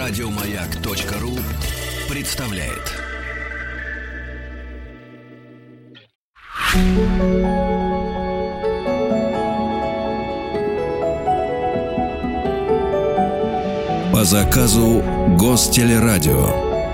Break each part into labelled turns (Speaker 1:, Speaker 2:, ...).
Speaker 1: Радиомаяк.ру представляет. По заказу Гостелерадио.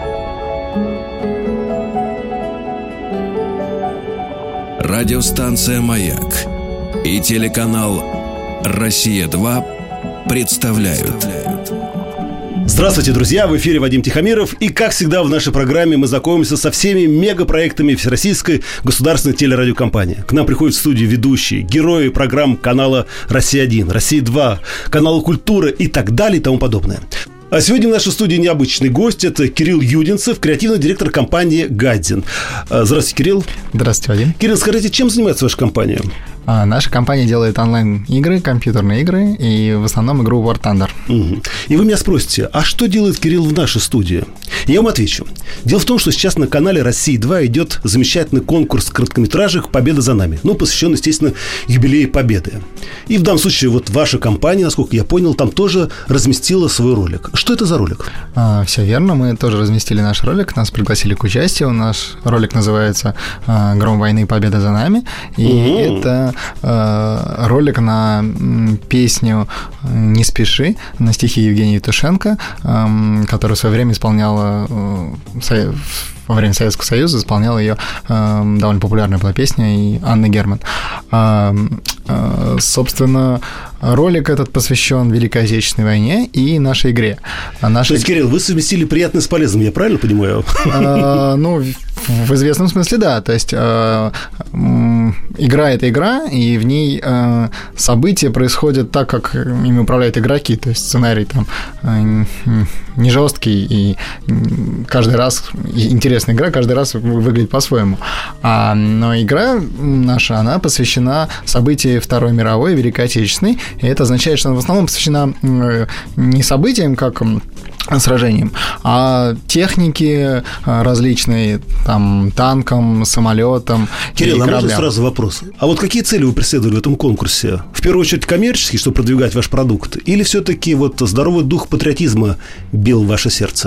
Speaker 1: Радиостанция «Маяк» и телеканал «Россия-2» представляют.
Speaker 2: Здравствуйте, друзья! В эфире Вадим Тихомиров. И, как всегда, в нашей программе мы знакомимся со всеми мегапроектами Всероссийской государственной телерадиокомпании. К нам приходят в студию ведущие, герои программ канала «Россия-1», «Россия-2», канала «Культура» и так далее и тому подобное. А сегодня в нашей студии необычный гость. Это Кирилл Юдинцев, креативный директор компании «Гадзин». Здравствуйте, Кирилл.
Speaker 3: Здравствуйте, Вадим.
Speaker 2: Кирилл, скажите, чем занимается ваша компания?
Speaker 3: Наша компания делает онлайн-игры, компьютерные игры и в основном игру War Thunder.
Speaker 2: И вы меня спросите, а что делает Кирилл в нашей студии? Я вам отвечу. Дело в том, что сейчас на канале «Россия-2» идет замечательный конкурс короткометражек «Победа за нами». Посвященный, естественно, юбилею Победы. И в данном случае вот ваша компания, насколько я понял, там тоже разместила свой ролик. Что это за ролик?
Speaker 3: Все верно, мы тоже разместили наш ролик, нас пригласили к участию. Наш ролик называется «Гром войны. Победа за нами». И это ролик на песню «Не спеши» на стихи Евгения Евтушенко, которую в свое время исполняла во время Советского Союза, исполняла ее довольно популярная была песня и Анна Герман. Собственно, ролик этот посвящен Великой Отечественной войне и нашей игре.
Speaker 2: То есть, Кирилл, вы совместили приятное с полезным, я правильно понимаю?
Speaker 3: В известном смысле, да. То есть, игра – это игра, и в ней события происходят так, как ими управляют игроки. То есть, сценарий там не жесткий, и каждый раз интересная игра, каждый раз выглядит по-своему. Но игра наша, она посвящена событиям Второй мировой, Великой Отечественной, и это означает, что она в основном посвящена не событиям, как сражениям, а технике различной, там, танкам, самолетам.
Speaker 2: Кирилл, а можно сразу вопрос? А вот какие цели вы преследовали в этом конкурсе? В первую очередь коммерческие, чтобы продвигать ваш продукт? Или все-таки вот здоровый дух патриотизма бил в ваше сердце?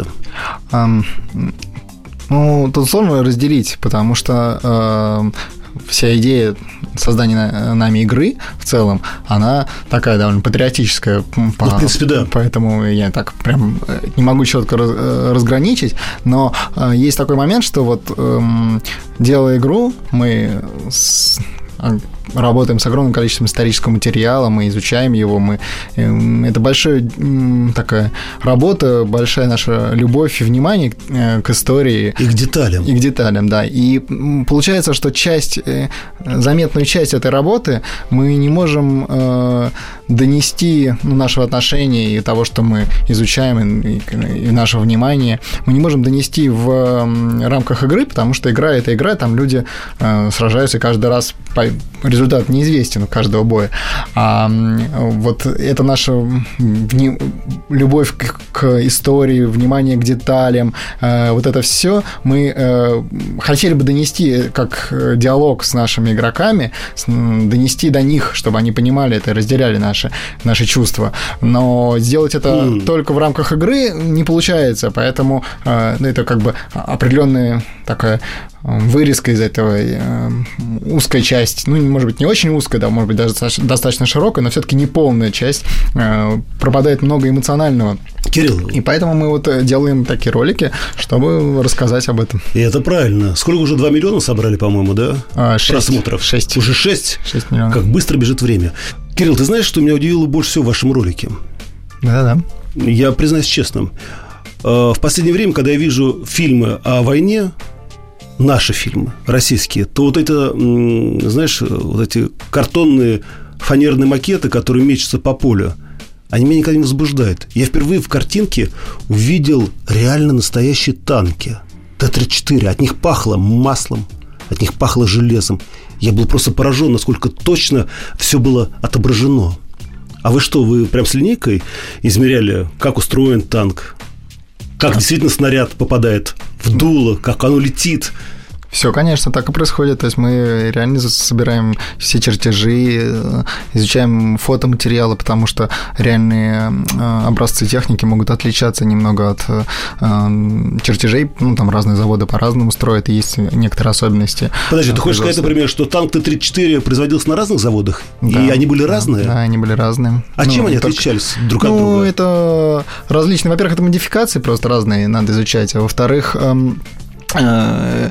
Speaker 3: Тут сложно разделить, потому что вся идея создания нами игры в целом, она такая довольно патриотическая.
Speaker 2: В принципе, да.
Speaker 3: Поэтому я так прям не могу четко разграничить. Но есть такой момент, что вот делая игру, мы работаем с огромным количеством исторического материала, мы изучаем его, это большая такая работа, большая наша любовь и внимание к истории.
Speaker 2: И к деталям.
Speaker 3: И к деталям, да. И получается, что заметную часть этой работы мы не можем донести нашего отношения и того, что мы изучаем, и нашего внимания, мы не можем донести в рамках игры, потому что игра – это игра, там люди сражаются каждый раз, результат неизвестен у каждого боя. А вот это наша любовь к истории, внимание к деталям, вот это все мы хотели бы донести как диалог с нашими игроками, донести до них, чтобы они понимали это и разделяли наши чувства. Но сделать это только в рамках игры не получается, поэтому это как бы определенная такая вырезка из этого, узкая часть, может быть, не очень узкая, да, может быть, даже достаточно широкая, но все-таки не полная часть, пропадает много эмоционального.
Speaker 2: Кирилл.
Speaker 3: И поэтому мы вот делаем такие ролики, чтобы рассказать об этом.
Speaker 2: И это правильно. Сколько уже 2 миллиона собрали, по-моему, да?
Speaker 3: 6.
Speaker 2: Просмотров.
Speaker 3: 6.
Speaker 2: Уже 6?
Speaker 3: 6 миллионов.
Speaker 2: Как быстро бежит время. Кирилл, ты знаешь, что меня удивило больше всего в вашем ролике?
Speaker 3: Да-да.
Speaker 2: Я признаюсь честно. В последнее время, когда я вижу фильмы о войне, наши фильмы, российские, то вот это, знаешь, вот эти картонные фанерные макеты, которые мечутся по полю, они меня никогда не возбуждают. Я впервые в картинке увидел реально настоящие танки Т-34. От них пахло маслом, от них пахло железом. Я был просто поражен, насколько точно все было отображено. А вы что, вы прям с линейкой измеряли, как устроен танк? Как действительно снаряд попадает в дуло, как оно летит?
Speaker 3: Все, конечно, так и происходит. То есть мы реально собираем все чертежи, изучаем фотоматериалы, потому что реальные образцы техники могут отличаться немного от чертежей. Ну, там разные заводы по-разному строят, и есть некоторые особенности.
Speaker 2: Подожди, ты хочешь сказать, например, что танк Т-34 производился на разных заводах? Да, и они были разные?
Speaker 3: Да, они были разные.
Speaker 2: А чем они отличались друг от друга?
Speaker 3: Ну, это различные. Во-первых, это модификации просто разные надо изучать, а во-вторых... то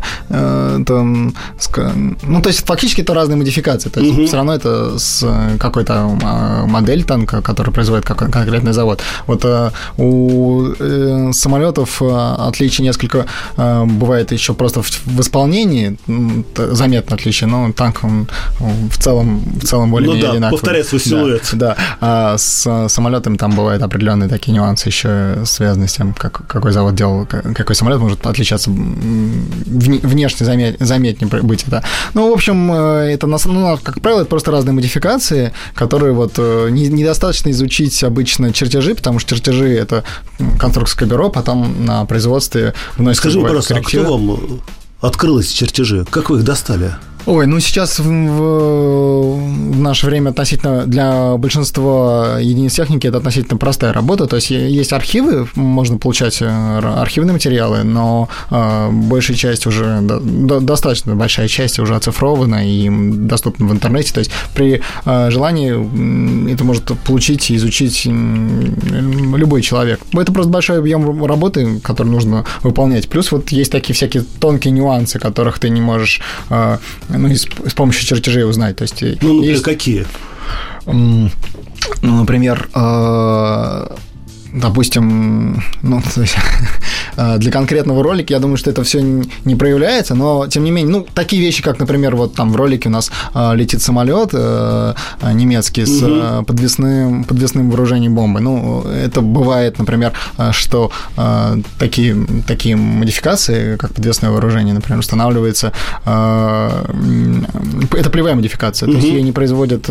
Speaker 3: есть фактически это разные модификации. То есть все равно это с какой-то модель танка, которую производит конкретный завод. Вот у самолетов отличий несколько бывает еще просто в исполнении, заметно отличие, но танк он в целом более-менее одинаковый.
Speaker 2: Повторяет свой силуэт.
Speaker 3: Да. А с самолетами там бывают определенные такие нюансы еще связанные с тем, какой завод делал, какой самолет может отличаться внешне заметнее быть это. Ну, в общем, это, как правило, это просто разные модификации, которые вот недостаточно изучить обычно чертежи, потому что чертежи — это конструкторское бюро, потом на производстве вносится коррективы.
Speaker 2: Скажи, пожалуйста, а кто вам открыл эти чертежи? Как вы их достали?
Speaker 3: Ой, ну сейчас в наше время относительно для большинства единиц техники это относительно простая работа, то есть есть архивы, можно получать архивные материалы, но большая часть уже, достаточно большая часть уже оцифрована и доступна в интернете, то есть при желании это может получить и изучить любой человек. Это просто большой объем работы, который нужно выполнять, плюс вот есть такие всякие тонкие нюансы, которых ты не можешь... с помощью чертежей узнать. То есть,
Speaker 2: например, есть... какие?
Speaker 3: Например, допустим, то есть, для конкретного ролика, я думаю, что это все не проявляется, но, тем не менее, такие вещи, как, например, вот там в ролике у нас летит самолет немецкий с подвесным вооружением бомбы. Ну, это бывает, например, что такие модификации, как подвесное вооружение, например, устанавливается, это полевая модификация, то есть ее не производят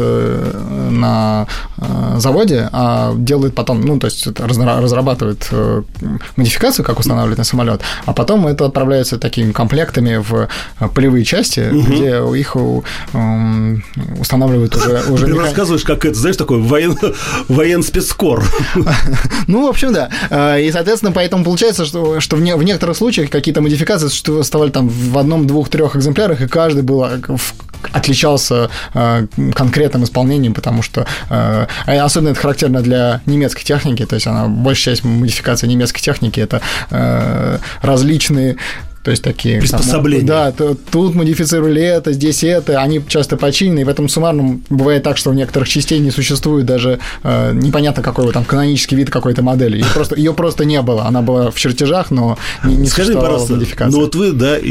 Speaker 3: на заводе, а делают потом, то есть разрабатывают модификацию, как устанавливать на самолет, а потом это отправляется такими комплектами в полевые части, где их устанавливают уже. Ты
Speaker 2: рассказываешь, как это, знаешь, такой военспецкор.
Speaker 3: Ну, в общем, да. И, соответственно, поэтому получается, что в некоторых случаях какие-то модификации существовали там в одном, двух, трех экземплярах, и каждый был отличался конкретным исполнением, потому что особенно это характерно для немецкой техники, то есть большая часть модификации немецкой техники это различные, то есть такие
Speaker 2: приспособления.
Speaker 3: Да, тут модифицировали это, здесь это, они часто починены, и в этом суммарном бывает так, что у некоторых частей не существует даже непонятно какой там канонический вид какой-то модели. Ее просто не было. Она была в чертежах, но не существовала модификации.
Speaker 2: Ну вот вы,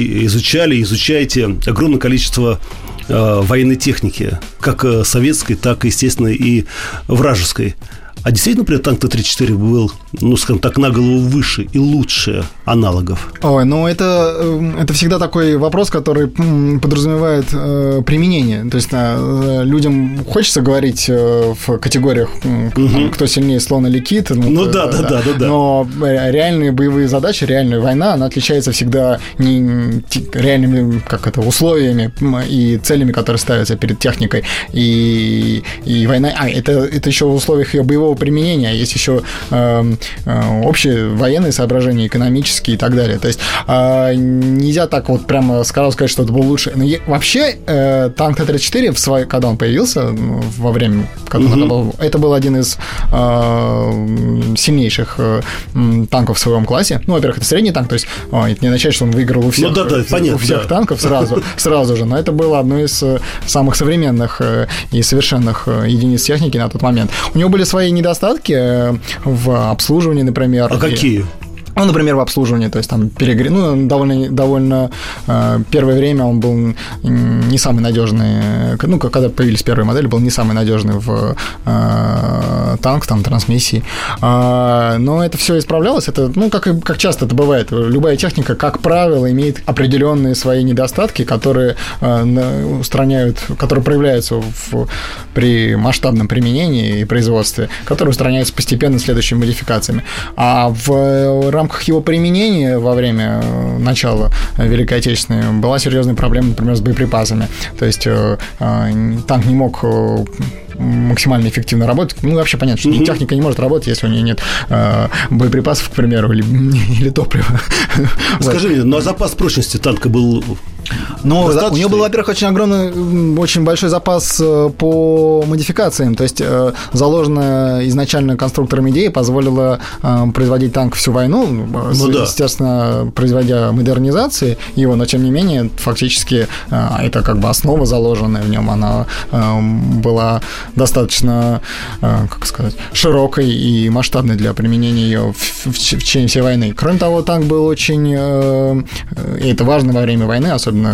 Speaker 2: изучаете огромное количество военной техники, как советской, так, естественно, и вражеской. А действительно, например, танк Т-34 был, скажем так, на голову выше и лучше аналогов?
Speaker 3: Ой, это всегда такой вопрос, который подразумевает применение. То есть людям хочется говорить в категориях, кто сильнее, слон или кит.
Speaker 2: Да.
Speaker 3: Но реальные боевые задачи, реальная война, она отличается всегда не реальными условиями и целями, которые ставятся перед техникой. И война... это еще в условиях ее боевого применения, есть еще общие военные соображения, экономические и так далее. То есть нельзя так вот прямо сразу сказать, что это был лучше. Но вообще танк Т-34, когда он появился, во время, это был один из сильнейших танков в своем классе. Ну, во-первых, это средний танк, то есть это не означает, что он выиграл у всех, танков сразу же, но это было одно из самых современных и совершенных единиц техники на тот момент. У него были свои недостатки в обслуживании, например.
Speaker 2: А какие?
Speaker 3: Ну, например, в обслуживании, то есть там довольно первое время он был не самый надежный, когда появились первые модели, был не самый надежный в танк, там, трансмиссии, но это все исправлялось, это, как часто это бывает, любая техника, как правило, имеет определенные свои недостатки, которые проявляются при масштабном применении и производстве, которые устраняются постепенно следующими модификациями, а в рамках рамках его применения во время начала Великой Отечественной была серьезная проблема, например, с боеприпасами. То есть танк не мог максимально эффективно работать. Ну, вообще понятно, что техника не может работать, если у нее нет боеприпасов, к примеру, или топлива.
Speaker 2: Скажи мне, ну а запас прочности танка был...
Speaker 3: Ну, у него был, во-первых, очень огромный, очень большой запас по модификациям. То есть заложенная изначально конструктором идея позволила производить танк всю войну, естественно, производя модернизации его, но тем не менее, фактически это как бы основа заложенная в нем, она была достаточно, как сказать, широкой и масштабной для применения ее в течение всей войны. Кроме того, танк был очень, и это важно во время войны,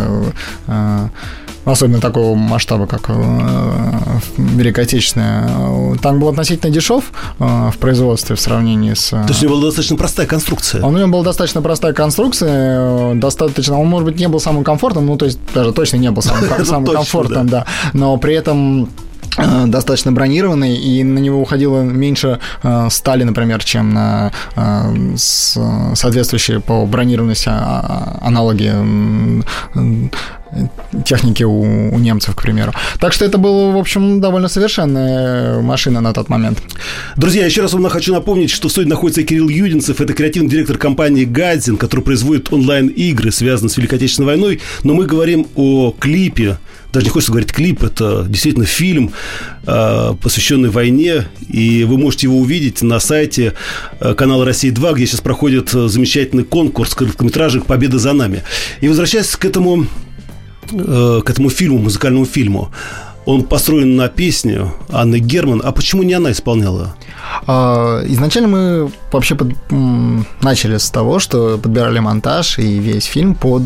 Speaker 3: особенно такого масштаба, как Великая Отечественная. Танк был относительно дешев в производстве в сравнении с...
Speaker 2: То есть у него была достаточно простая конструкция?
Speaker 3: У него была достаточно простая конструкция, он, может быть, не был самым комфортным, ну, то есть даже точно не был самым комфортным, да, но при этом достаточно бронированный, и на него уходило меньше стали, например, чем на соответствующие по бронированности аналоги техники у немцев, к примеру. Так что это была, в общем, довольно совершенная машина на тот момент.
Speaker 2: Друзья, еще раз вам хочу напомнить, что в студии находится Кирилл Юдинцев. Это креативный директор компании «Гадзин», который производит онлайн-игры, связанные с Великой Отечественной войной. Но мы говорим о клипе. Даже не хочется говорить клип, это действительно фильм, посвященный войне, и вы можете его увидеть на сайте канала «Россия-2», где сейчас проходит замечательный конкурс короткометражек «Победа за нами». И возвращаясь к этому фильму, музыкальному фильму, он построен на песню Анны Герман. А почему не она исполняла?
Speaker 3: Изначально мы вообще начали с того, что подбирали монтаж и весь фильм под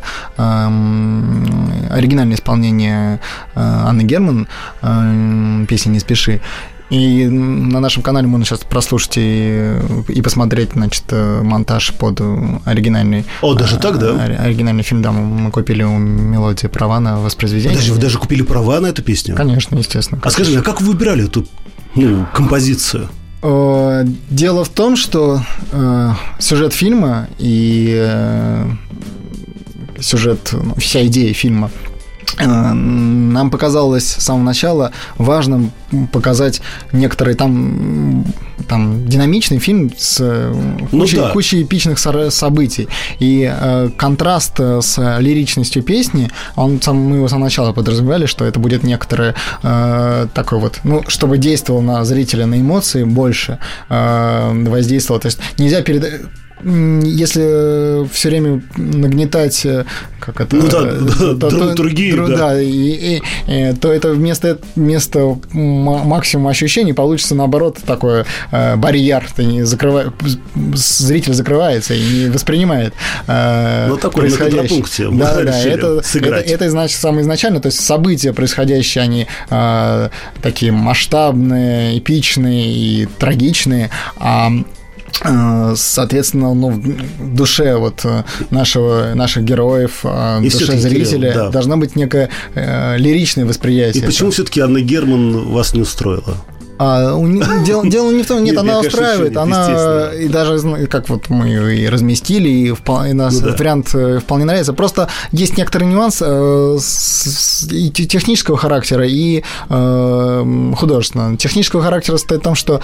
Speaker 3: оригинальное исполнение Анны Герман песни «Не спеши». И на нашем канале можно сейчас прослушать и посмотреть, значит, монтаж под оригинальный...
Speaker 2: О, даже так, да?
Speaker 3: Оригинальный фильм, да, мы купили у «Мелодии» права на воспроизведение.
Speaker 2: Вы даже купили права на эту песню?
Speaker 3: Конечно, естественно.
Speaker 2: А скажи, а как вы выбирали эту композицию?
Speaker 3: Дело в том, что сюжет фильма и сюжет, вся идея фильма нам показалось с самого начала важным показать некоторые там динамичный фильм с кучей эпичных событий. И контраст с лиричностью песни, мы его с самого начала подразумевали, что это будет некоторое такое вот, чтобы действовало на зрителя, на эмоции больше воздействовало. То есть нельзя передать... Если все время нагнетать, как это,
Speaker 2: драматургию,
Speaker 3: то это вместо максимума ощущений получится, наоборот, такой барьер, зритель закрывается и не воспринимает происходящее. Это значит самое изначально, то есть события происходящие, они такие масштабные, эпичные и трагичные, соответственно, в душе вот наших героев, в душе зрителя должна быть некое лиричное восприятие.
Speaker 2: И почему все-таки Анна Герман вас не устроила?
Speaker 3: Дело не в том, нет, она устраивает, она и даже как вот мы ее и разместили, и нас вариант вполне нравится. Просто есть некоторый нюанс и технического характера, и художественного. Технического характера состоит в том, что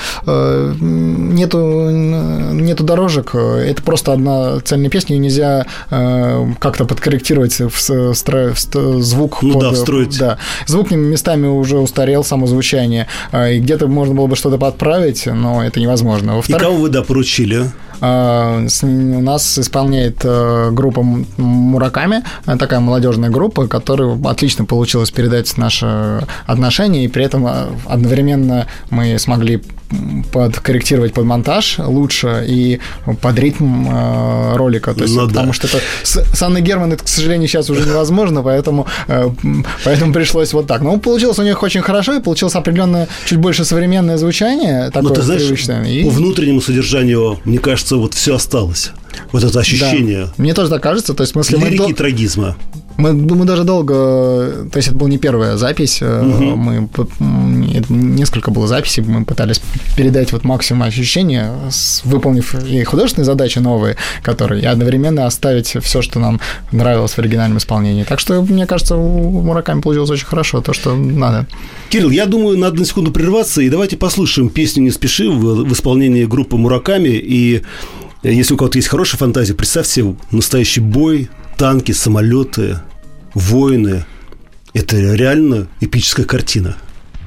Speaker 3: нету дорожек, это просто одна цельная песня, ее нельзя как-то подкорректировать звук.
Speaker 2: Встроить.
Speaker 3: Да, звук местами уже устарел, само звучание, и где-то можно было бы что-то подправить, но это невозможно.
Speaker 2: И кого вы поручили?
Speaker 3: У нас исполняет группа Мураками, такая молодежная группа, которая отлично получилось передать наши отношения, и при этом одновременно мы смогли подкорректировать под монтаж лучше и под ритм ролика. То есть, потому что это с Анной Герман это, к сожалению, сейчас уже невозможно, поэтому пришлось вот так. Но получилось у них очень хорошо, и получилось определенное, чуть больше современное звучание, такое привычное.
Speaker 2: По внутреннему содержанию, мне кажется, вот все осталось. Вот это ощущение.
Speaker 3: Да. Мне тоже так кажется. То есть, в смысле,
Speaker 2: лирики и трагизма.
Speaker 3: Мы даже долго, то есть это была не первая запись, несколько было записей, мы пытались передать вот максимум ощущения, выполнив и художественные задачи новые, которые, и одновременно оставить все, что нам нравилось в оригинальном исполнении. Так что, мне кажется, у Мураками получилось очень хорошо, то, что надо.
Speaker 2: Кирилл, я думаю, надо на секунду прерваться, и давайте послушаем песню «Не спеши» в исполнении группы Мураками, и если у кого-то есть хорошая фантазия, представьте настоящий бой, танки, самолеты, воины. Это реально эпическая картина.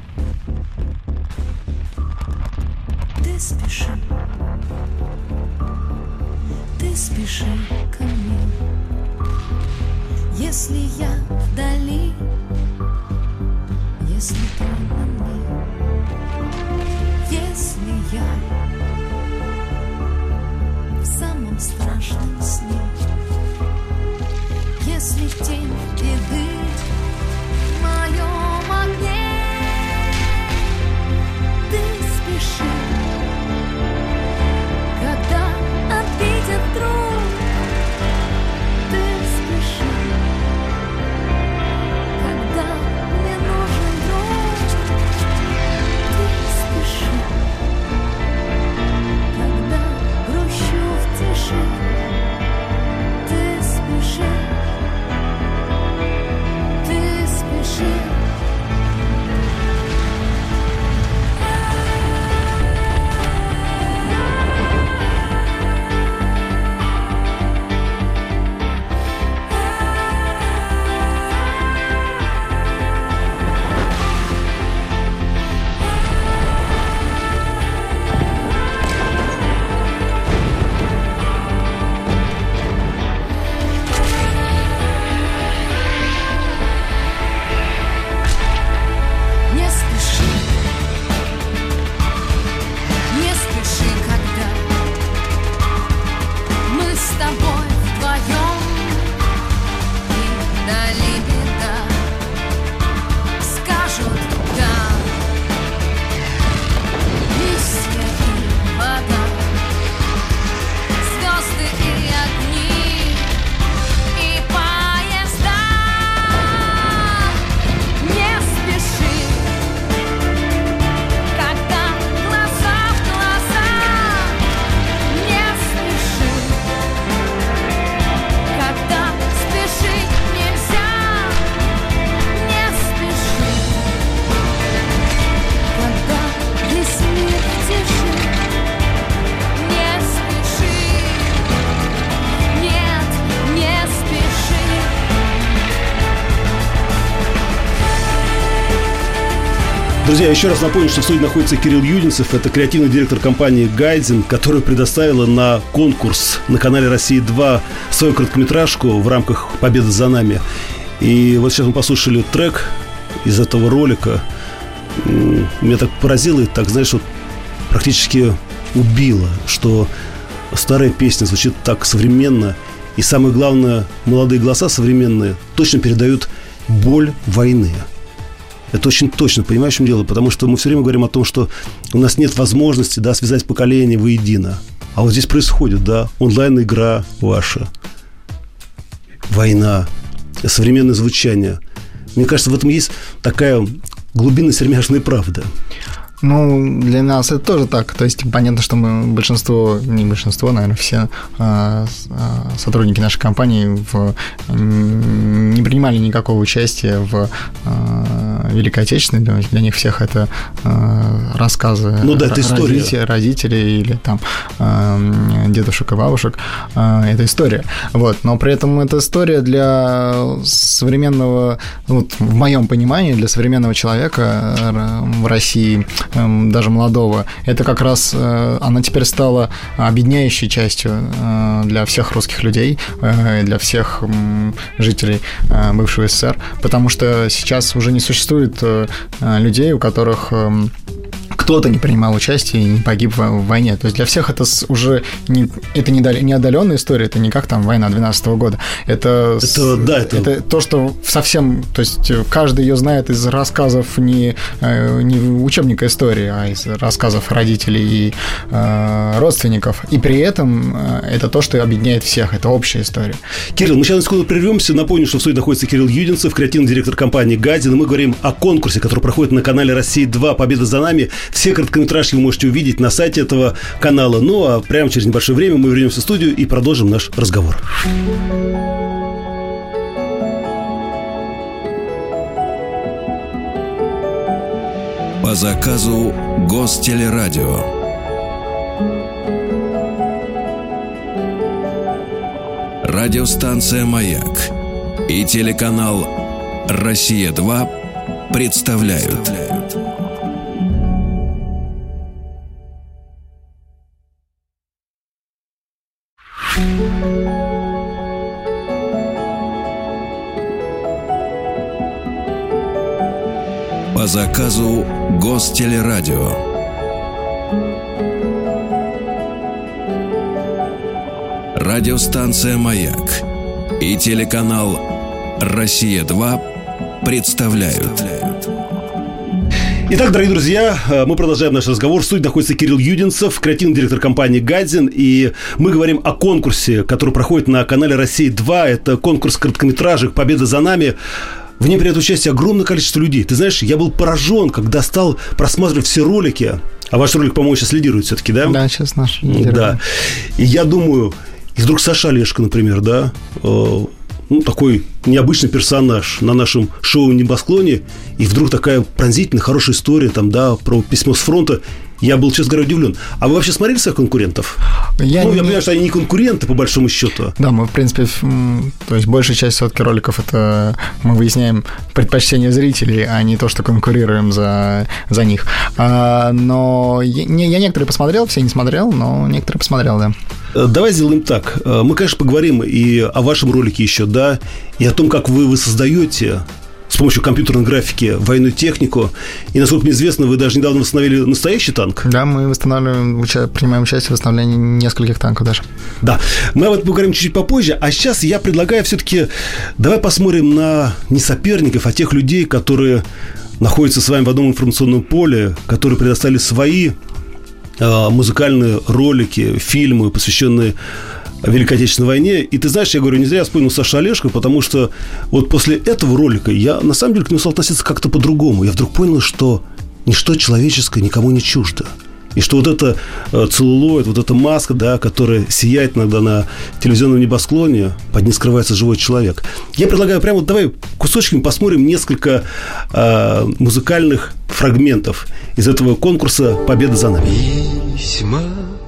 Speaker 4: Ты спеши ко мне, если я вдали, если трудно мне, если я в самом страшном сне, если тень беды в моем огне, ты спеши, когда обидят вдруг, ты спеши, когда мне нужен друг, ты спеши, когда грущу в тиши, ты спеши.
Speaker 2: Друзья, еще раз напомню, что в студии находится Кирилл Юдинцев. Это креативный директор компании «Гайдзен», которая предоставила на конкурс на канале «Россия-2» свою короткометражку в рамках «Победа за нами». И вот сейчас мы послушали трек из этого ролика. Меня так поразило и так, знаешь, вот практически убило, что старая песня звучит так современно. И самое главное, молодые голоса современные точно передают боль войны. Это очень точно, понимаешь, в чем дело? Потому что мы все время говорим о том, что у нас нет возможности, да, связать поколения воедино. А вот здесь происходит, да, онлайн-игра ваша, война, современное звучание. Мне кажется, в этом есть такая глубинная сермяжная правда.
Speaker 3: Ну, для нас это тоже так. То есть, понятно, что мы наверное, все сотрудники нашей компании не принимали никакого участия в Великой Отечественной. Для них всех это рассказы родителей или там дедушек и бабушек. Это история. Вот. Но при этом это история для современного, вот, в моем понимании, для современного человека в России, даже молодого, это как раз она теперь стала объединяющей частью для всех русских людей, для всех жителей бывшего СССР, потому что сейчас уже не существует людей, у которых кто-то не принимал участие и не погиб в войне. То есть для всех это уже не отдаленная история, это не как там война 12-го года. Это то, что совсем, то есть каждый ее знает из рассказов не учебника истории, а из рассказов родителей и родственников. И при этом это то, что объединяет всех, это общая история.
Speaker 2: Кирилл, мы сейчас на секунду прервемся. Напомню, что в студии находится Кирилл Юдинцев, креативный директор компании «Гадзин». Мы говорим о конкурсе, который проходит на канале «Россия-2. Победа за нами». Все короткометражки вы можете увидеть на сайте этого канала. Ну, а прямо через небольшое время мы вернемся в студию и продолжим наш разговор.
Speaker 1: По заказу Гостелерадио. Радиостанция «Маяк» и телеканал «Россия-2» представляют. По заказу Гостелерадио. Радиостанция «Маяк» и телеканал «Россия-2» представляют.
Speaker 2: Итак, дорогие друзья, мы продолжаем наш разговор. В студии находится Кирилл Юдинцев, креативный директор компании «Гадзин». И мы говорим о конкурсе, который проходит на канале «Россия-2». Это конкурс короткометражек «Победа за нами». В ней принято участие огромное количество людей. Ты знаешь, я был поражен, когда стал просматривать все ролики. А ваш ролик, по-моему, сейчас лидирует все-таки, да?
Speaker 3: Да, сейчас наш лидирует.
Speaker 2: Да. И я думаю, и вдруг Саша Олешко, например, да, такой необычный персонаж на нашем шоу «Небосклоне», и вдруг такая пронзительная, хорошая история там, да, про письмо с фронта. Я был, честно говоря, удивлен. А вы вообще смотрели своих конкурентов? Я понимаю, что они не конкуренты, по большому счету.
Speaker 3: Да, мы, в принципе, то есть большая часть все-таки роликов это мы выясняем предпочтения зрителей, а не то, что конкурируем за них. Но я некоторые посмотрел, все не смотрел, но некоторые посмотрел, да.
Speaker 2: Давай сделаем так. Мы, конечно, поговорим и о вашем ролике еще, да, и о том, как вы создаете с помощью компьютерной графики военную технику. И, насколько мне известно, вы даже недавно восстановили настоящий танк.
Speaker 3: Да, мы принимаем участие в восстановлении нескольких танков даже.
Speaker 2: Да, мы об этом поговорим чуть-чуть попозже. А сейчас я предлагаю все-таки давай посмотрим на не соперников, а тех людей, которые находятся с вами в одном информационном поле, которые предоставили свои музыкальные ролики, фильмы, посвященные Великой Отечественной войне. И ты знаешь, я говорю, не зря я вспомнил Сашу Олешко, потому что вот после этого ролика я на самом деле к нему стал относиться как-то по-другому. Я вдруг понял, что ничто человеческое никому не чуждо. И что вот это целлулоид, вот эта маска, да, которая сияет иногда на телевизионном небосклоне, под ней скрывается живой человек. Я предлагаю прямо вот давай кусочками посмотрим несколько музыкальных фрагментов из этого конкурса «Победа за нами».
Speaker 5: Письма,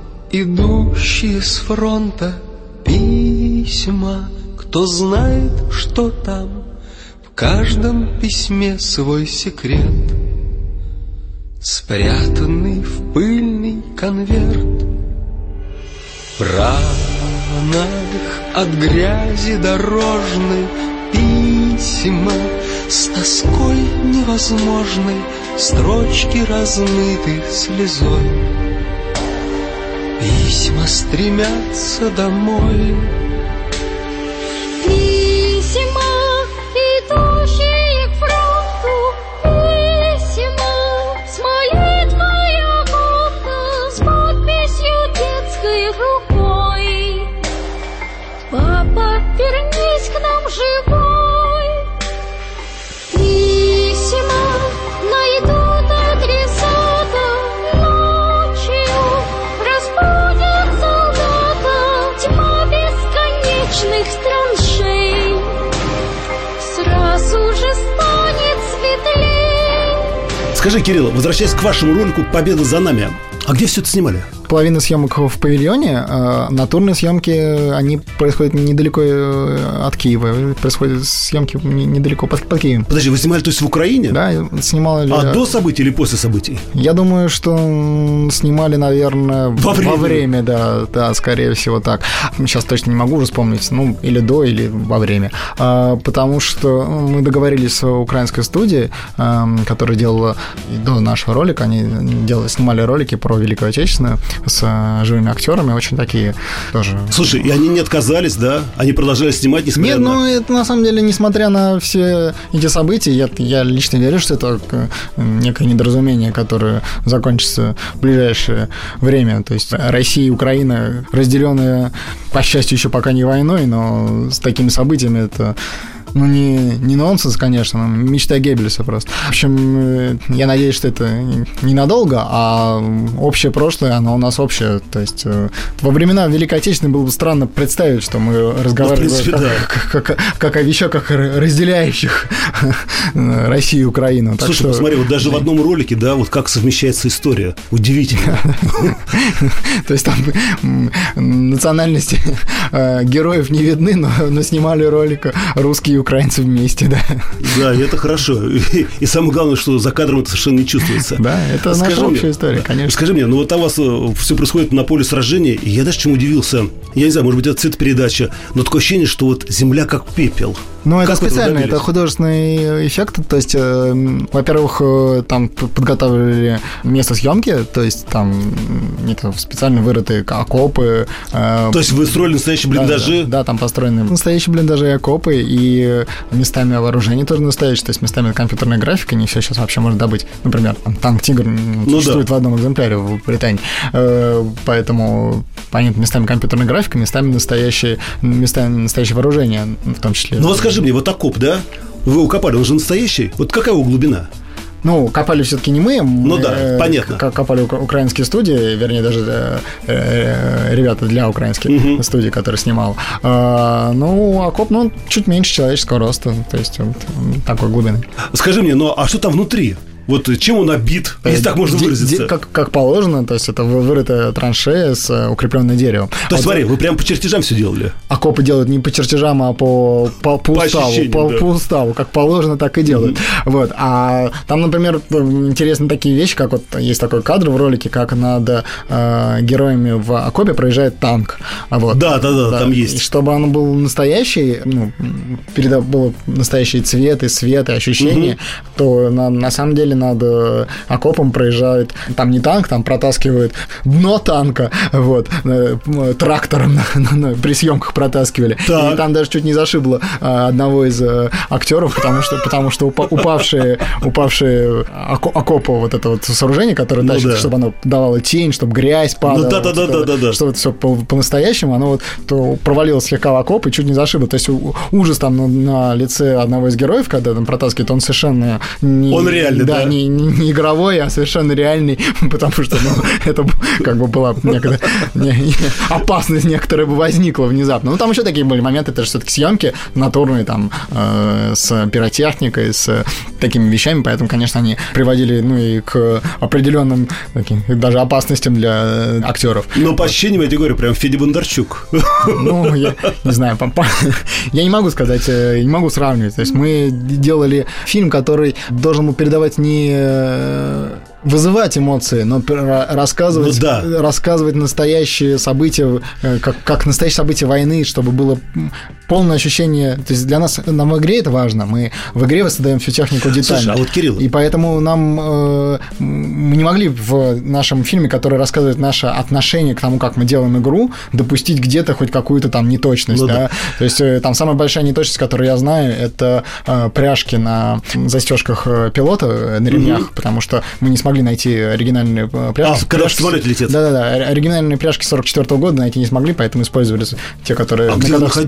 Speaker 5: идущие с фронта, письма, кто знает, что там, в каждом письме свой секрет, спрятанный в пыльный конверт. В ранах от грязи дорожной письма, с тоской невозможной, строчки размыты слезой. Письма стремятся домой.
Speaker 4: Письма, идущие к фронту, письма, смоет моя кофта с подписью детской рукой. Папа, вернись к нам живой. Письма найдут адресата ночью, разбудят солдата тьма бесконечных траншей. Сразу же станет светлей.
Speaker 2: Скажи, Кирилл, возвращаясь к вашему ролику «Победа за нами», а где все это снимали?
Speaker 3: половина съемок в павильоне, натурные съемки, они происходят недалеко от Киева, происходят съемки недалеко под Киевом.
Speaker 2: Подожди, вы снимали, то есть в Украине?
Speaker 3: Да, снимали.
Speaker 2: А до событий или после событий?
Speaker 3: Я думаю, что снимали, наверное, во время, да, скорее всего так. Сейчас точно не могу уже вспомнить, или до, или во время. Потому что мы договорились с украинской студией, которая делала до нашего ролика, они снимали ролики про Великую Отечественную с живыми актерами, очень такие тоже.
Speaker 2: Слушай, и они не отказались, да? Они продолжали снимать, несмотря
Speaker 3: на... Нет, это на самом деле, несмотря на все эти события, я лично верю, что это некое недоразумение, которое закончится в ближайшее время. То есть Россия и Украина, разделенные, по счастью, еще пока не войной, но с такими событиями это... не нонсенс, конечно, мечта Геббельса просто. В общем, я надеюсь, что это ненадолго, а общее прошлое, оно у нас общее. То есть во времена Великой Отечественной было бы странно представить, что мы разговариваем как о вещах, как разделяющих Россию и Украину.
Speaker 2: Слушай, посмотри, вот даже в одном ролике, да, вот как совмещается история. Удивительно.
Speaker 3: То есть там национальности героев не видны, но снимали ролик русские и украинцы вместе, да. Да,
Speaker 2: и это хорошо. И самое главное, что за кадром это совершенно не чувствуется.
Speaker 3: Да, это наша общая история, конечно.
Speaker 2: Скажи мне, вот там у вас все происходит на поле сражения, и я даже чему удивился. Я не знаю, может быть, это цветопередача, но такое ощущение, что вот земля как пепел.
Speaker 3: Это специально, это художественный эффект. То есть, во-первых, там подготовили место съемки, то есть там специально вырытые окопы.
Speaker 2: То есть вы строили настоящие блиндажи?
Speaker 3: Да, там построены настоящие блиндажи и окопы, и местами вооружение тоже настоящее, то есть местами компьютерная графика, не все сейчас вообще можно добыть. Например, танк «Тигр» существует в одном экземпляре в Британии. Поэтому, понятно, местами компьютерная графика, местами настоящее вооружение, в том числе.
Speaker 2: Скажи мне, вот окоп, да? Вы укопали, он же настоящий? Вот какая его глубина?
Speaker 3: Копали все-таки не мы.
Speaker 2: Понятно.
Speaker 3: Копали украинские студии, вернее, даже ребята для украинских студий, которые снимал. Окоп, чуть меньше человеческого роста, то есть вот такой глубины.
Speaker 2: Скажи мне, а что там внутри? Вот чем он обит, если так можно выразиться?
Speaker 3: Как положено, то есть это вырытая траншея с укрепленным деревом.
Speaker 2: То есть, смотри, вы прям по чертежам все делали?
Speaker 3: Окопы делают не по чертежам, а по уставу. Как положено, так и делают. Вот. А там, например, интересны такие вещи, как вот есть такой кадр в ролике, как над героями в окопе проезжает танк. Вот.
Speaker 2: Да, там есть.
Speaker 3: И чтобы он был настоящий, был настоящий цвет и свет и ощущение, то на самом деле над окопом проезжает, там не танк, там протаскивают дно танка, вот, трактором при съемках протаскивали.
Speaker 2: Так.
Speaker 3: И там даже чуть не зашибло одного из актеров, потому что упавшие окопа вот это вот сооружение, которое тащит, чтобы оно давало тень, чтобы грязь падала.
Speaker 2: Да.
Speaker 3: Чтобы это все по-настоящему, оно вот то провалилось слегка в окоп и чуть не зашибло. То есть ужас там на лице одного из героев, когда там протаскивает, он совершенно не...
Speaker 2: Он реальный, да?
Speaker 3: Не игровой, а совершенно реальный, потому что это как бы была некая опасность некоторая бы возникла внезапно. Там еще такие были моменты, это же все-таки съемки натурные, там, с пиротехникой, с такими вещами, поэтому, конечно, они приводили, и к определенным таким, даже опасностям для актеров.
Speaker 2: Но по ощущениям, я тебе говорю, прям Федя Бондарчук.
Speaker 3: Я не знаю, я не могу сказать, не могу сравнивать. То есть мы делали фильм, который должен был передавать не вызывать эмоции, но рассказывать настоящие события, как настоящие события войны, чтобы было полное ощущение. То есть для нас, нам в игре это важно. Мы в игре воссоздаем всю технику детально.
Speaker 2: Слушай, а вот Кирилл...
Speaker 3: И поэтому мы не могли в нашем фильме, который рассказывает наше отношение к тому, как мы делаем игру, допустить где-то хоть какую-то там неточность. Да? То есть там самая большая неточность, которую я знаю, это пряжки на застежках пилота на ремнях, потому что мы не смогли найти оригинальные пряжки.
Speaker 2: Когда в самолете летит.
Speaker 3: Да. Оригинальные пряжки 44-го года найти не смогли, поэтому использовали те, которые...
Speaker 2: А где вы находили все это?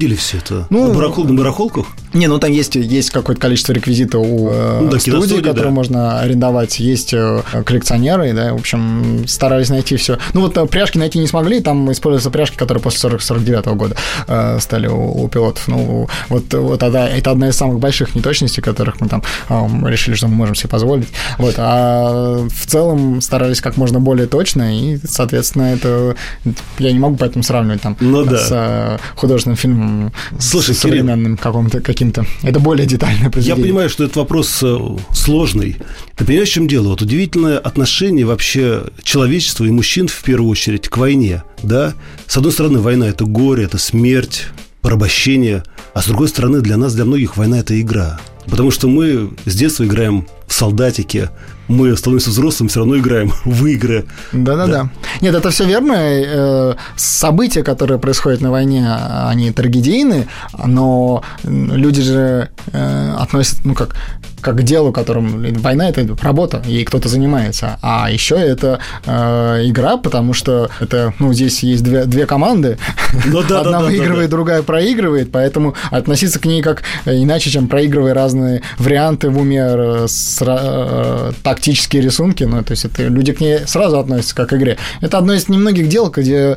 Speaker 2: это? На барахолках?
Speaker 3: Не, ну там есть какое-то количество реквизита у студии, которые можно арендовать. Есть коллекционеры, да, в общем, старались найти все. Ну вот пряжки найти не смогли, там используются пряжки, которые после 49-го года стали у пилотов. Ну вот это одна из самых больших неточностей, которых мы там решили, что мы можем себе позволить. Вот, а в целом старались как можно более точно, и, соответственно, это я не могу поэтому сравнивать там с художественным фильмом.
Speaker 2: Слушай,
Speaker 3: современным каким-то. Это более детальное произведение.
Speaker 2: Я понимаю, что этот вопрос сложный. Ты понимаешь, в чем дело? Вот удивительное отношение вообще человечества и мужчин, в первую очередь, к войне, да? С одной стороны, война – это горе, это смерть, порабощение, а с другой стороны, для нас, для многих, война – это игра. Потому что мы с детства играем в солдатики, мы становимся взрослыми, все равно играем в игры.
Speaker 3: Да. Нет, это все верно. События, которые происходят на войне, они трагедийны, но люди же относят, как к делу, которым война – это работа, ей кто-то занимается. А еще это игра, потому что это, здесь есть две команды, одна выигрывает, другая проигрывает, поэтому относиться к ней как иначе, чем проигрывая разные варианты в уме, тактические рисунки, то есть это люди к ней сразу относятся как к игре. Это одно из немногих дел, где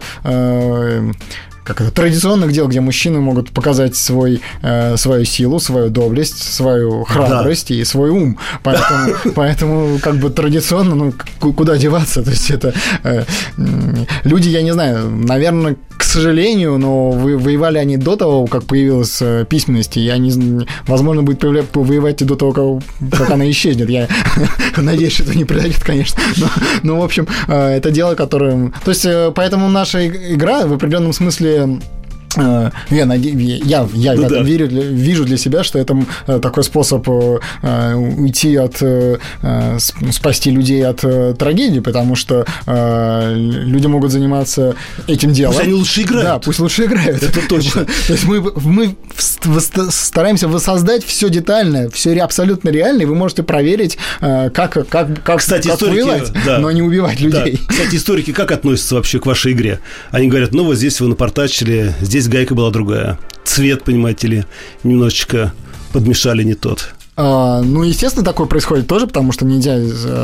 Speaker 3: традиционных дел, где мужчины могут показать свою силу, свою доблесть, свою храбрость и свой ум. Поэтому традиционно, куда деваться? То есть это люди, я не знаю, наверное, к сожалению, но воевали они до того, как появилась письменность, и возможно, будет воевать и до того, как она исчезнет. Я надеюсь, что это не произойдет, конечно. Но, в общем, это дело, которое... То есть, поэтому наша игра в определенном смысле... Я в этом вижу для себя, что это такой способ уйти спасти людей от трагедии, стараемся что люди могут заниматься этим делом.
Speaker 2: Пусть они лучше играют.
Speaker 3: Да, пусть лучше играют.
Speaker 2: Это точно.
Speaker 3: То есть мы стараемся воссоздать все детально, все абсолютно реально, и вы можете проверить, как воевать, но не убивать людей.
Speaker 2: Да. Кстати, историки как относятся вообще к вашей игре? Они говорят, вот здесь вы напортачили, здесь гайка была другая. Цвет, понимаете ли, немножечко подмешали не тот.
Speaker 3: Естественно, такое происходит тоже, потому что нельзя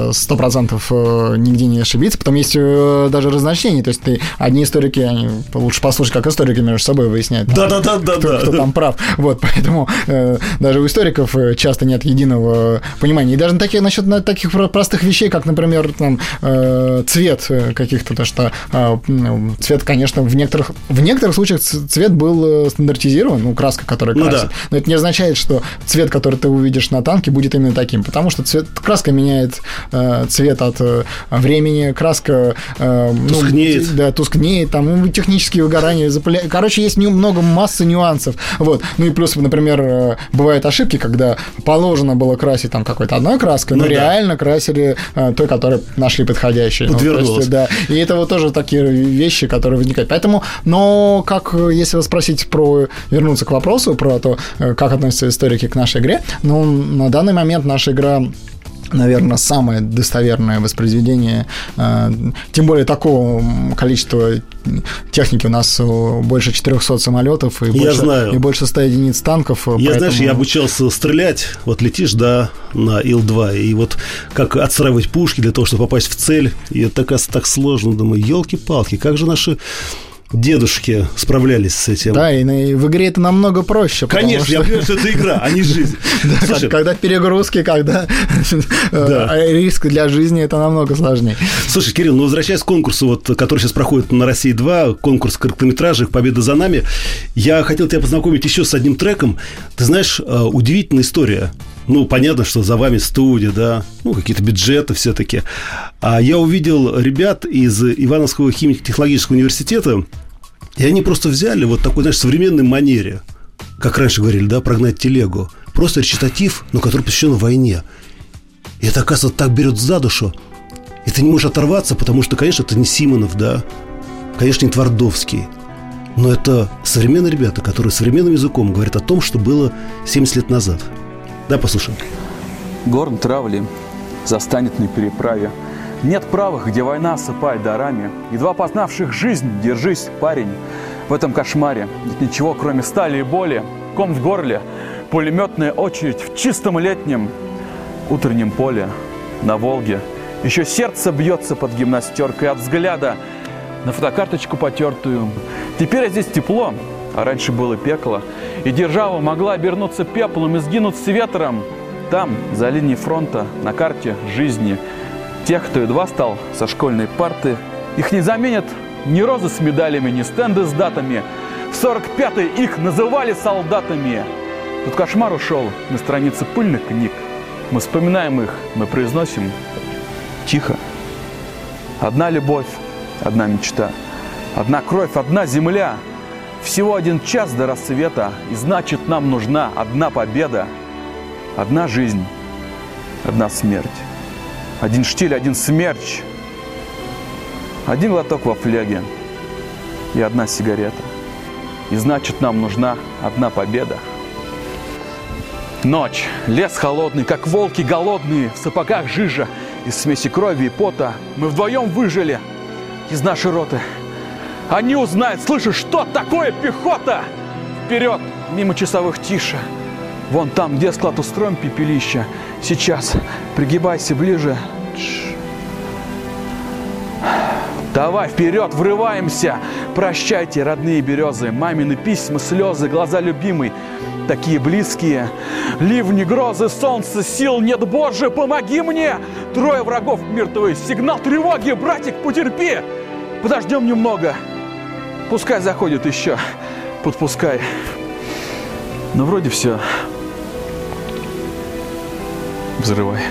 Speaker 3: 100% нигде не ошибиться. Потом есть даже разночтения. То есть одни историки, они лучше послушать, как историки между собой выясняют, кто там прав. Вот, поэтому даже у историков часто нет единого понимания. И даже насчет таких простых вещей, как, например, цвет каких-то, то что цвет, конечно, в некоторых случаях цвет был стандартизирован, краска, которая красит. Но это не означает, что цвет, который ты увидишь на танке, будет именно таким, потому что краска меняет цвет от времени, краска
Speaker 2: тускнеет,
Speaker 3: тускнеет, там технические выгорания, короче, есть масса нюансов. Вот. И плюс, например, бывают ошибки, когда положено было красить там какой-то одной краской, но реально красили той, которую нашли подходящей. И это тоже такие вещи, которые возникают. Поэтому, если вас спросить вернуться к вопросу про то, как относятся историки к нашей игре, на данный момент наша игра, наверное, самое достоверное воспроизведение, тем более такого количества техники. У нас больше 400 самолетов и больше 100 единиц танков.
Speaker 2: Я обучался стрелять, летишь, на Ил-2, и как отстраивать пушки для того, чтобы попасть в цель, и это, оказывается, так сложно. Думаю, елки-палки, как же наши дедушки справлялись с этим.
Speaker 3: Да, и в игре это намного проще.
Speaker 2: Конечно, я понимаю, что это игра, а не жизнь.
Speaker 3: Когда перегрузки, когда риск для жизни, это намного сложнее.
Speaker 2: Слушай, Кирилл, возвращаясь к конкурсу, который сейчас проходит на «Россия-2», конкурс короткометражек «Победа за нами», я хотел тебя познакомить еще с одним треком. Ты знаешь, удивительная история. Понятно, что за вами студия, да, какие-то бюджеты все-таки. А я увидел ребят из Ивановского химико-технологического университета, и они просто взяли такой, современной манере, как раньше говорили, да, прогнать телегу. Просто речитатив, который посвящен войне. И это, оказывается, так берет за душу. И ты не можешь оторваться, потому что, конечно, это не Симонов, да, конечно, не Твардовский. Но это современные ребята, которые современным языком говорят о том, что было 70 лет назад. Да, послушаем.
Speaker 6: Горн травли застанет на переправе Нет правых, где война осыпает дарами. Едва познавших жизнь, держись, парень. В этом кошмаре нет ничего, кроме стали и боли. Ком в горле, пулеметная очередь в чистом летнем утреннем поле на Волге. Еще сердце бьется под гимнастеркой от взгляда на фотокарточку потертую. Теперь здесь тепло, а раньше было пекло. И держава могла обернуться пеплом и сгинуть с ветром. Там, за линией фронта, на карте жизни, тех, кто едва встал со школьной парты, их не заменят ни розы с медалями, ни стенды с датами. В 45-й их называли солдатами. Тут кошмар ушел на страницы пыльных книг. Мы вспоминаем их, мы произносим тихо. Одна любовь, одна мечта, одна кровь, одна земля. Всего 1 час до рассвета, и значит, нам нужна одна победа. Одна жизнь, одна смерть. 1 штиль, 1 смерч. 1 глоток во фляге и 1 сигарета. И значит, нам нужна одна победа. Ночь, лес холодный, как волки голодные, в сапогах жижа, из смеси крови и пота. Мы вдвоем выжили из нашей роты. Они узнают, слышишь, что такое пехота? Вперед, мимо часовых тише. Вон там, где склад устроим пепелища. Сейчас, пригибайся ближе. Давай вперед, врываемся. Прощайте, родные березы, мамины письма, слезы, глаза любимой. Такие близкие. Ливни, грозы, солнце, сил нет, Боже, помоги мне. 3 врагов мертвые, сигнал тревоги, братик, потерпи. Подождем немного. Пускай заходит еще, подпускай. Ну, вроде все. Взрывай.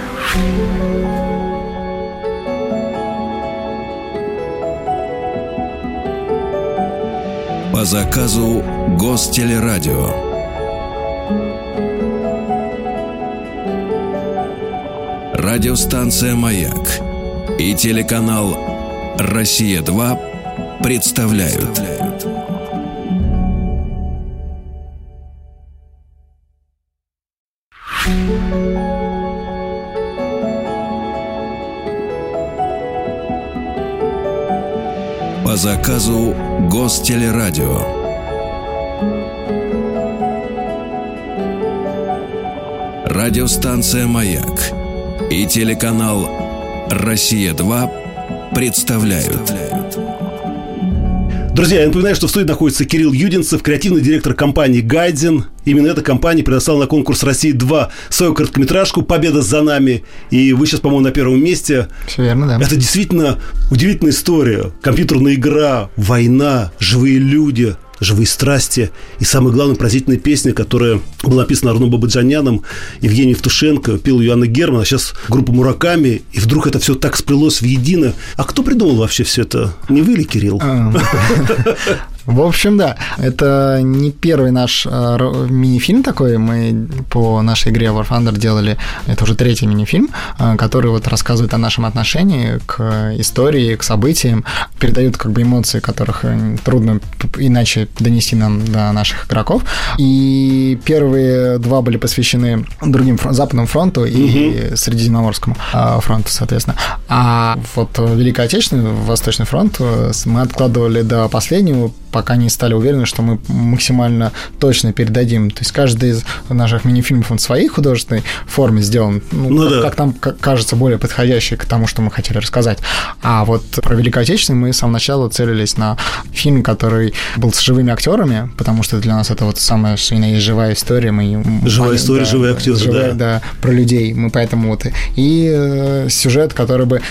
Speaker 1: По заказу Гостелерадио. Радиостанция «Маяк» и телеканал «Россия-2» представляют. По заказу Гостелерадио. Радиостанция «Маяк» и телеканал «Россия-2» представляют.
Speaker 2: Друзья, я напоминаю, что в студии находится Кирилл Юдинцев, креативный директор компании «Гайдзен». Именно эта компания предоставила на конкурс «Россия-2» свою короткометражку «Победа за нами». И вы сейчас, по-моему, на 1-м месте.
Speaker 3: Все верно, да.
Speaker 2: Это действительно удивительная история. Компьютерная игра, война, живые люди, живые страсти. И самое главное, поразительная песня, которая была написана Арно Бабаджаняном, Евгением Евтушенко, пел ее Анна Герман, а сейчас группа Мураками. И вдруг это все так сплелось воедино. А кто придумал вообще все это? Не вы ли, Кирилл?
Speaker 3: В общем, да, это не первый наш мини-фильм такой. Мы по нашей игре War Thunder делали, это уже 3-й мини-фильм, который вот рассказывает о нашем отношении к истории, к событиям, передают как бы эмоции, которых трудно иначе донести нам до наших игроков. И первые 2 были посвящены другим Западному фронту и Средиземноморскому фронту, соответственно. А вот Великой Отечественный, Восточный фронт мы откладывали до последнего, пока не стали уверены, что мы максимально точно передадим. То есть каждый из наших мини-фильмов он в своей художественной форме сделан, как нам кажется, более подходящий к тому, что мы хотели рассказать. А вот про Великую Отечественную мы с самого начала целились на фильм, который был с живыми актерами, потому что для нас это вот самая, что и есть живая история.
Speaker 2: Живая история, да, живые актеры,
Speaker 3: да, про людей. Мы поэтому вот... И сюжет, который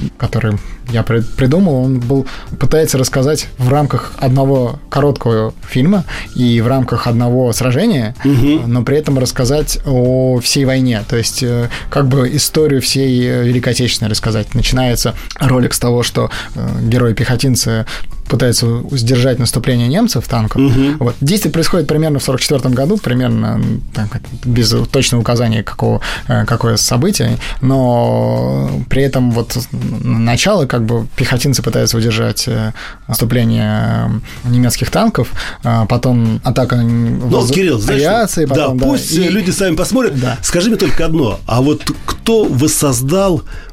Speaker 3: я придумал, он пытается рассказать в рамках одного короткого фильма и в рамках одного сражения, но при этом рассказать о всей войне, то есть как бы историю всей Великой Отечественной рассказать. Начинается ролик с того, что герои-пехотинцы пытаются сдержать наступление немцев танков. Вот. Действие происходит примерно в 1944 году, примерно без точного указания, какое событие, но при этом вот начало, как бы пехотинцы пытаются удержать наступление немецких танков, потом атака
Speaker 2: Кирилл,
Speaker 3: авиации. Потом,
Speaker 2: пусть люди сами посмотрят. Да. Скажи мне только одно, а вот кто воссоздал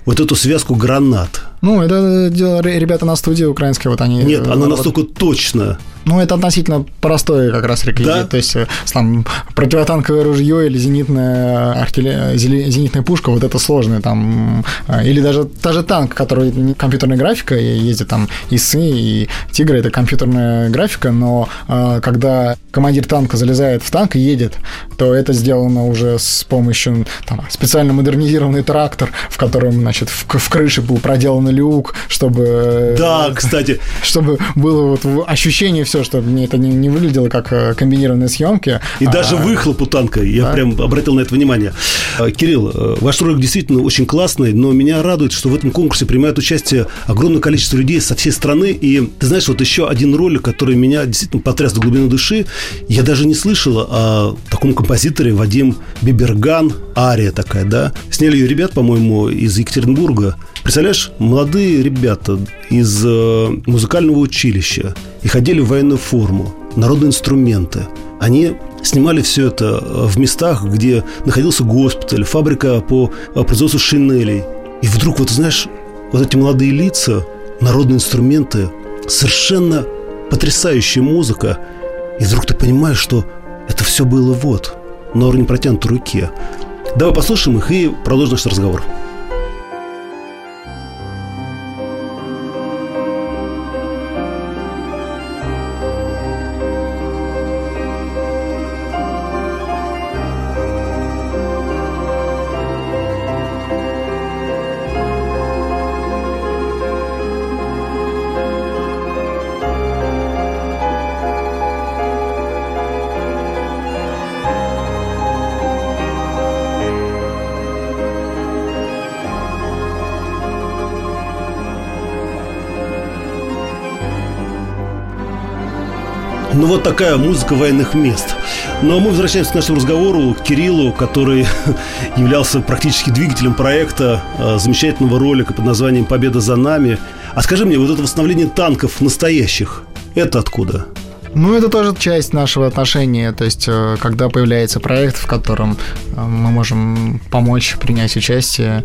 Speaker 2: вот эту связку гранат.
Speaker 3: Ну, это делали ребята на студии украинской, вот они...
Speaker 2: Нет, она настолько точно.
Speaker 3: Ну, это относительно простой как раз реквизит. Да? То есть, там, противотанковое ружье или зенитная пушка, вот это сложное там. Или даже та же танк, который компьютерная графика, ездит там ИСы и Тигры, это компьютерная графика, но когда командир танка залезает в танк и едет, то это сделано уже с помощью там, специально модернизированный трактор, в котором, значит, в крыше был проделан люк, чтобы...
Speaker 2: Да, кстати.
Speaker 3: Чтобы было вот ощущение все, чтобы это не выглядело как комбинированные съемки.
Speaker 2: И даже выхлоп у танка, я прям обратил на это внимание. Кирилл, ваш ролик действительно очень классный, но меня радует, что в этом конкурсе принимает участие огромное количество людей со всей страны. И ты знаешь, вот еще один ролик, который меня действительно потряс до глубины души, я даже не слышал о таком композиторе Вадим Биберган, «Ария» такая, да? Сняли ее ребят, по-моему, из Екатеринбурга. Представляешь, молодые ребята из музыкального училища и ходили в военную форму, народные инструменты. Они снимали все это в местах, где находился госпиталь, фабрика по производству шинелей. И вдруг, вот знаешь, вот эти молодые лица, народные инструменты, совершенно потрясающая музыка. И вдруг ты понимаешь, что это все было вот, на уровне протянутой руки. Давай послушаем их и продолжим наш разговор. Ну, вот такая музыка военных мест. Ну, а мы возвращаемся к нашему разговору, к Кириллу, который являлся практически двигателем проекта, замечательного ролика под названием «Победа за нами». А скажи мне, вот это восстановление танков настоящих, это откуда?
Speaker 3: Ну, это тоже часть нашего отношения, то есть, когда появляется проект, в котором мы можем помочь принять участие,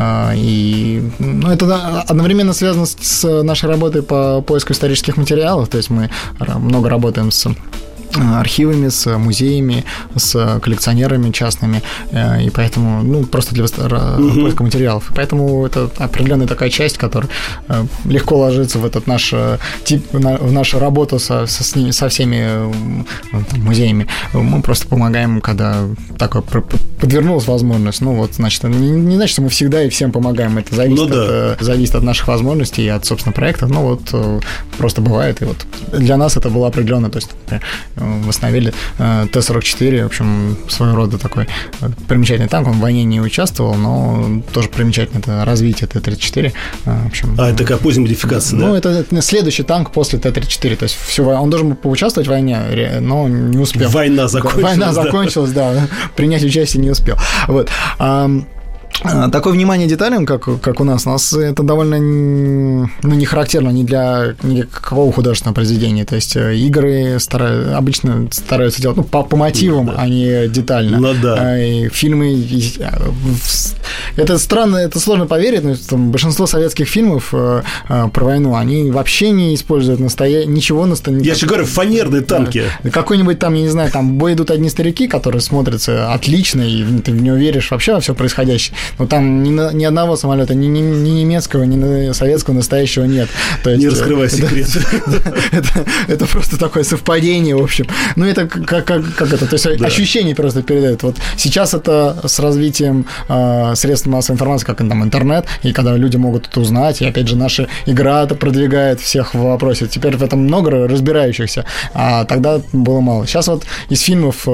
Speaker 3: и это одновременно связано с нашей работой по поиску исторических материалов, то есть мы много работаем с архивами, с музеями, с коллекционерами частными, и поэтому, просто для поиска материалов. И поэтому это определенная такая часть, которая легко ложится в этот наш в нашу работу со всеми музеями. Мы просто помогаем, когда такое подвернулась возможность. Значит, не значит, что мы всегда и всем помогаем. Это зависит от наших возможностей и от, собственно, проектов. Просто бывает. И для нас это было определенно. То есть, например, восстановили Т-44, в общем, своего рода такой примечательный танк. Он в войне не участвовал, но тоже примечательно это развитие Т-34. В общем,
Speaker 2: это такая поздняя модификация, да?
Speaker 3: Это следующий танк после Т-34. То есть он должен был поучаствовать в войне, но не успел.
Speaker 2: Война закончилась,
Speaker 3: да. Принять участие не успел. Вот. Такое внимание деталям, как у нас это довольно не характерно ни для никакого художественного произведения. То есть игры обычно стараются делать по мотивам, а не детально. И фильмы... Это странно, это сложно поверить, но большинство советских фильмов про войну, они вообще не используют ничего настоящего.
Speaker 2: Я же говорю, фанерные танки.
Speaker 3: Какой-нибудь там, я не знаю, там «Бой идут одни старики», который смотрится отлично, и ты в него веришь вообще во все происходящее. Но там ни одного самолета, ни немецкого, ни советского настоящего нет. То есть,
Speaker 2: не раскрывай секрет.
Speaker 3: Это просто такое совпадение, в общем. Это как это, то есть ощущение просто передает. Вот сейчас это с развитием средств массовой информации, как там интернет, и когда люди могут это узнать, и опять же наша игра это продвигает всех в вопросе. Теперь в этом много разбирающихся, а тогда было мало. Сейчас из фильмов,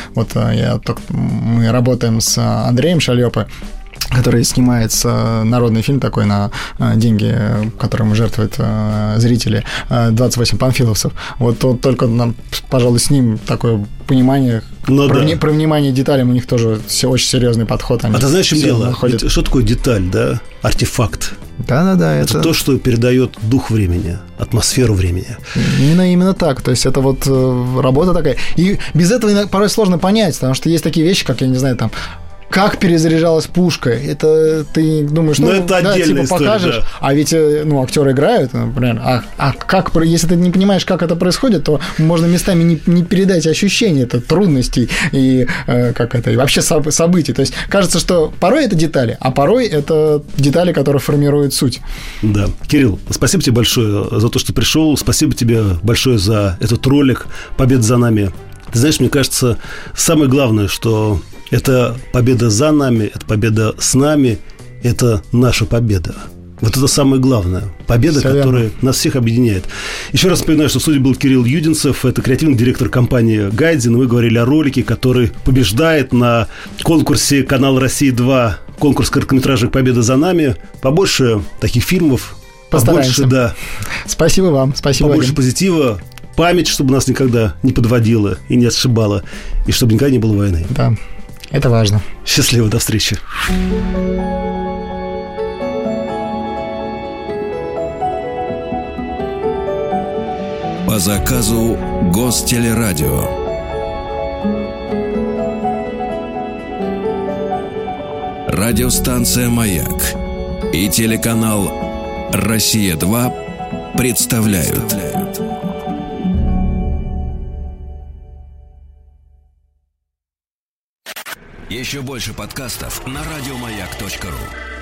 Speaker 3: мы работаем с Андреем Шальёпой, который снимает народный фильм такой на деньги, которым жертвуют зрители, 28 панфиловцев. Только нам, пожалуй, с ним такое понимание, про внимание к деталям у них тоже очень серьезный подход.
Speaker 2: А ты знаешь, в чем дело? Что такое деталь, да? Артефакт.
Speaker 3: Да.
Speaker 2: Это то, что передает дух времени, атмосферу времени.
Speaker 3: Именно так. То есть это работа такая. И без этого порой сложно понять, потому что есть такие вещи, как, я не знаю, там как перезаряжалась пушка, это ты думаешь,
Speaker 2: ну это отдельная история,
Speaker 3: покажешь,
Speaker 2: да.
Speaker 3: А ведь, актеры играют, например, как, если ты не понимаешь, как это происходит, то можно местами не передать ощущения, это трудностей и и вообще событий. То есть кажется, что порой это детали, а порой это детали, которые формируют суть.
Speaker 2: Да. Кирилл, спасибо тебе большое за то, что пришел, спасибо тебе большое за этот ролик «Победа за нами». Ты знаешь, мне кажется, самое главное, что это победа за нами, это победа с нами, это наша победа. Вот это самое главное. Победа, которая нас всех объединяет. Еще раз напоминаю, что в студии был Кирилл Юдинцев, это креативный директор компании «Гайдзин». И мы говорили о ролике, который побеждает на конкурсе канала «Россия-2», конкурс короткометражек «Победа за нами». Побольше таких фильмов.
Speaker 3: Постараемся.
Speaker 2: Побольше, да.
Speaker 3: Спасибо вам. Спасибо,
Speaker 2: побольше
Speaker 3: Вадим.
Speaker 2: позитива. Память, чтобы нас никогда не подводила и не отшибала. И чтобы никогда не было войны.
Speaker 3: Да, это важно.
Speaker 2: Счастливо, до встречи.
Speaker 1: По заказу Гостелерадио. Радиостанция «Маяк» и телеканал «Россия-2» представляют. Еще больше подкастов на радиомаяк.ру.